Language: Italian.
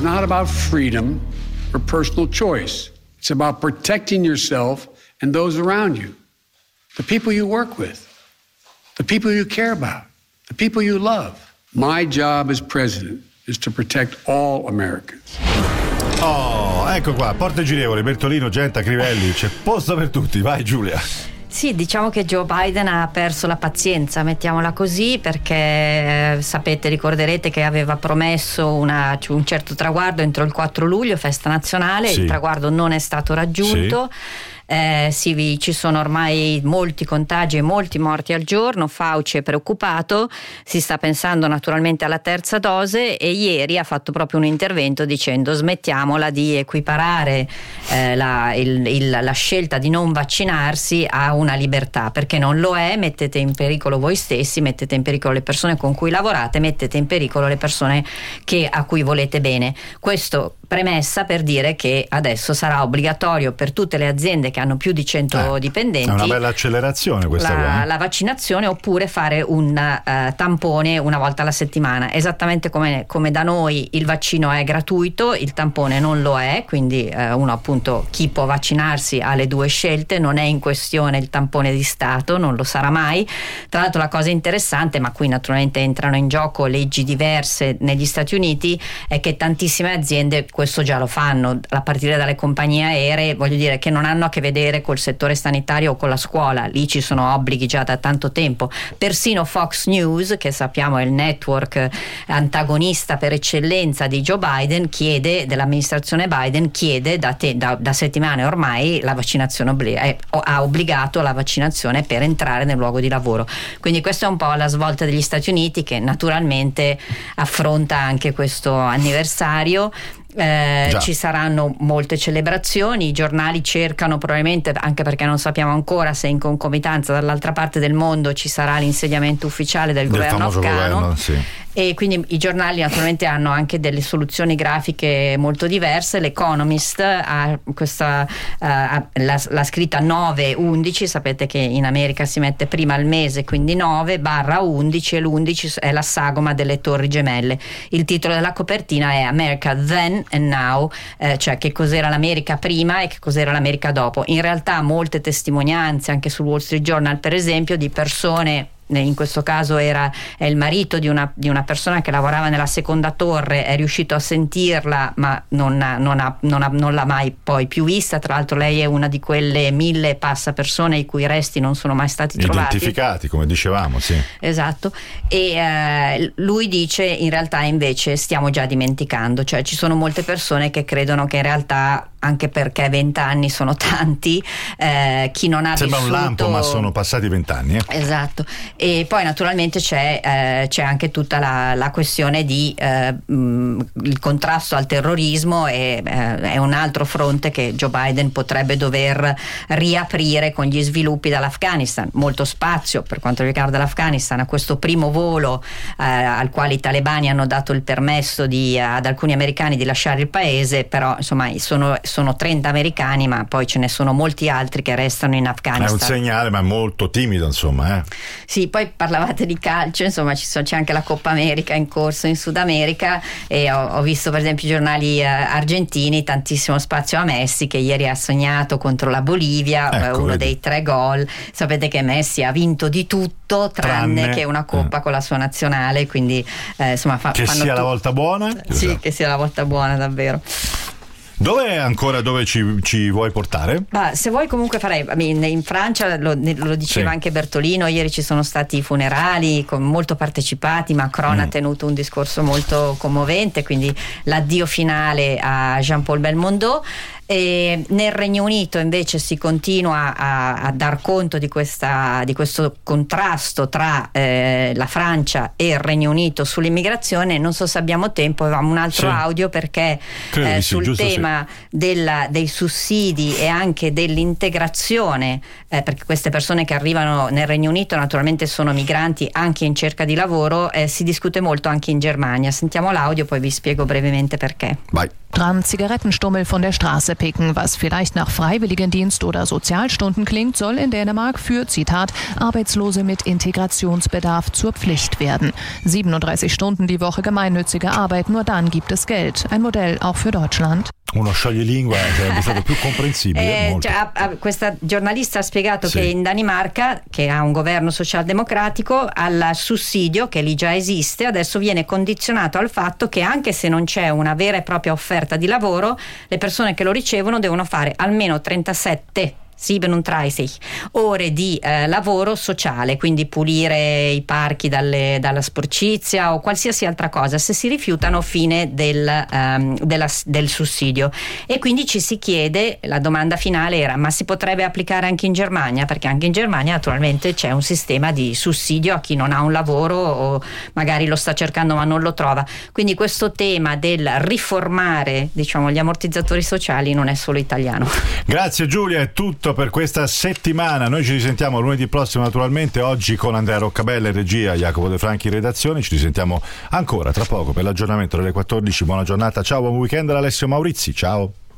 not about freedom or personal choice. It's about protecting yourself and those around you, the people you work with, the people you care about, the people you love. My job as president is to protect all Americans. Oh, ecco qua, porte girevoli, Bertolino, Genta, Crivelli, c'è posto per tutti, vai Giulia. Sì, diciamo che Joe Biden ha perso la pazienza, mettiamola così, perché sapete, ricorderete che aveva promesso un certo traguardo entro il 4 luglio, festa nazionale, sì. Il traguardo non è stato raggiunto. Sì. Ci sono ormai molti contagi e molti morti al giorno. Fauci è preoccupato, si sta pensando naturalmente alla terza dose e ieri ha fatto proprio un intervento dicendo smettiamola di equiparare la scelta di non vaccinarsi a una libertà, perché non lo è. Mettete in pericolo voi stessi, mettete in pericolo le persone con cui lavorate, mettete in pericolo le persone a cui volete bene. Questo premessa per dire che adesso sarà obbligatorio per tutte le aziende che hanno più di 100 dipendenti. È una bella accelerazione questa la vaccinazione, oppure fare un tampone una volta alla settimana, esattamente come da noi il vaccino è gratuito, il tampone non lo è, quindi uno appunto, chi può vaccinarsi ha le due scelte, non è in questione il tampone di Stato, non lo sarà mai. Tra l'altro la cosa interessante, ma qui naturalmente entrano in gioco leggi diverse negli Stati Uniti, è che tantissime aziende questo già lo fanno, a partire dalle compagnie aeree, voglio dire, che non hanno a che vedere col settore sanitario o con la scuola. Lì ci sono obblighi già da tanto tempo. Persino Fox News, che sappiamo è il network antagonista per eccellenza di Joe Biden, dell'amministrazione Biden, chiede da settimane ormai la vaccinazione, ha obbligato la vaccinazione per entrare nel luogo di lavoro. Quindi questa è un po' la svolta degli Stati Uniti, che naturalmente affronta anche questo anniversario. Ci saranno molte celebrazioni, i giornali cercano, probabilmente anche perché non sappiamo ancora se in concomitanza dall'altra parte del mondo ci sarà l'insediamento ufficiale del governo afghano, sì. E quindi i giornali naturalmente hanno anche delle soluzioni grafiche molto diverse. L'Economist ha l'ha scritta 9-11, sapete che in America si mette prima il mese, quindi 9/11, e l'11 è la sagoma delle Torri Gemelle. Il titolo della copertina è America Then and Now, cioè che cos'era l'America prima e che cos'era l'America dopo. In realtà molte testimonianze anche sul Wall Street Journal, per esempio, di persone, in questo caso è il marito di una persona che lavorava nella seconda torre, è riuscito a sentirla ma non l'ha mai poi più vista. Tra l'altro lei è una di quelle 1000 e passa persone i cui resti non sono mai stati identificati, come dicevamo, sì. Esatto. E lui dice in realtà invece stiamo già dimenticando, cioè ci sono molte persone che credono che in realtà, anche perché 20 anni sono tanti, chi non ha sembra vissuto... un lampo, ma sono passati 20 anni. Esatto. E poi naturalmente c'è anche tutta la questione di il contrasto al terrorismo, è un altro fronte che Joe Biden potrebbe dover riaprire con gli sviluppi dall'Afghanistan. Molto spazio per quanto riguarda l'Afghanistan a questo primo volo al quale i talebani hanno dato il permesso ad alcuni americani di lasciare il paese, però insomma sono 30 americani, ma poi ce ne sono molti altri che restano in Afghanistan. È un segnale, ma molto timido, insomma. Sì, poi parlavate di calcio, insomma c'è anche la Coppa America in corso in Sud America, e ho visto per esempio i giornali argentini, tantissimo spazio a Messi, che ieri ha segnato contro la Bolivia, uno dei 3 gol. Sapete che Messi ha vinto di tutto tranne che una coppa con la sua nazionale, quindi insomma sia la volta buona? Sì, che sia la volta buona davvero. Dove ci vuoi portare? Se vuoi comunque farei in Francia, lo diceva anche Bertolino, ieri ci sono stati i funerali molto partecipati, Macron ha tenuto un discorso molto commovente, quindi l'addio finale a Jean-Paul Belmondo. E nel Regno Unito invece si continua a dar conto di questo contrasto tra la Francia e il Regno Unito sull'immigrazione. Non so se abbiamo tempo, avevamo un altro audio perché sul tema dei sussidi e anche dell'integrazione, perché queste persone che arrivano nel Regno Unito naturalmente sono migranti anche in cerca di lavoro, si discute molto anche in Germania. Sentiamo l'audio, poi vi spiego brevemente perché. Vai. Dran Zigarettenstummel von der Straße picken. Was vielleicht nach Freiwilligendienst oder Sozialstunden klingt, soll in Dänemark für, Zitat, Arbeitslose mit Integrationsbedarf zur Pflicht werden. 37 Stunden die Woche gemeinnützige Arbeit, nur dann gibt es Geld. Ein Modell auch für Deutschland. Uno scioglilingua sarebbe stato più comprensibile. Questa giornalista ha spiegato che in Danimarca, che ha un governo socialdemocratico, al sussidio che lì già esiste adesso viene condizionato al fatto che anche se non c'è una vera e propria offerta di lavoro, le persone che lo ricevono devono fare almeno 37 ore di lavoro sociale, quindi pulire i parchi dalla sporcizia o qualsiasi altra cosa. Se si rifiutano, fine del sussidio. E quindi ci si chiede, la domanda finale era: ma si potrebbe applicare anche in Germania? Perché anche in Germania naturalmente c'è un sistema di sussidio a chi non ha un lavoro o magari lo sta cercando ma non lo trova. Quindi questo tema del riformare, diciamo, gli ammortizzatori sociali non è solo italiano. Grazie Giulia, è tutto per questa settimana. Noi ci risentiamo lunedì prossimo, naturalmente, oggi con Andrea Roccabella in regia, Jacopo De Franchi in redazione. Ci risentiamo ancora tra poco per l'aggiornamento delle 14. Buona giornata, ciao, buon weekend da Alessio Maurizi, ciao.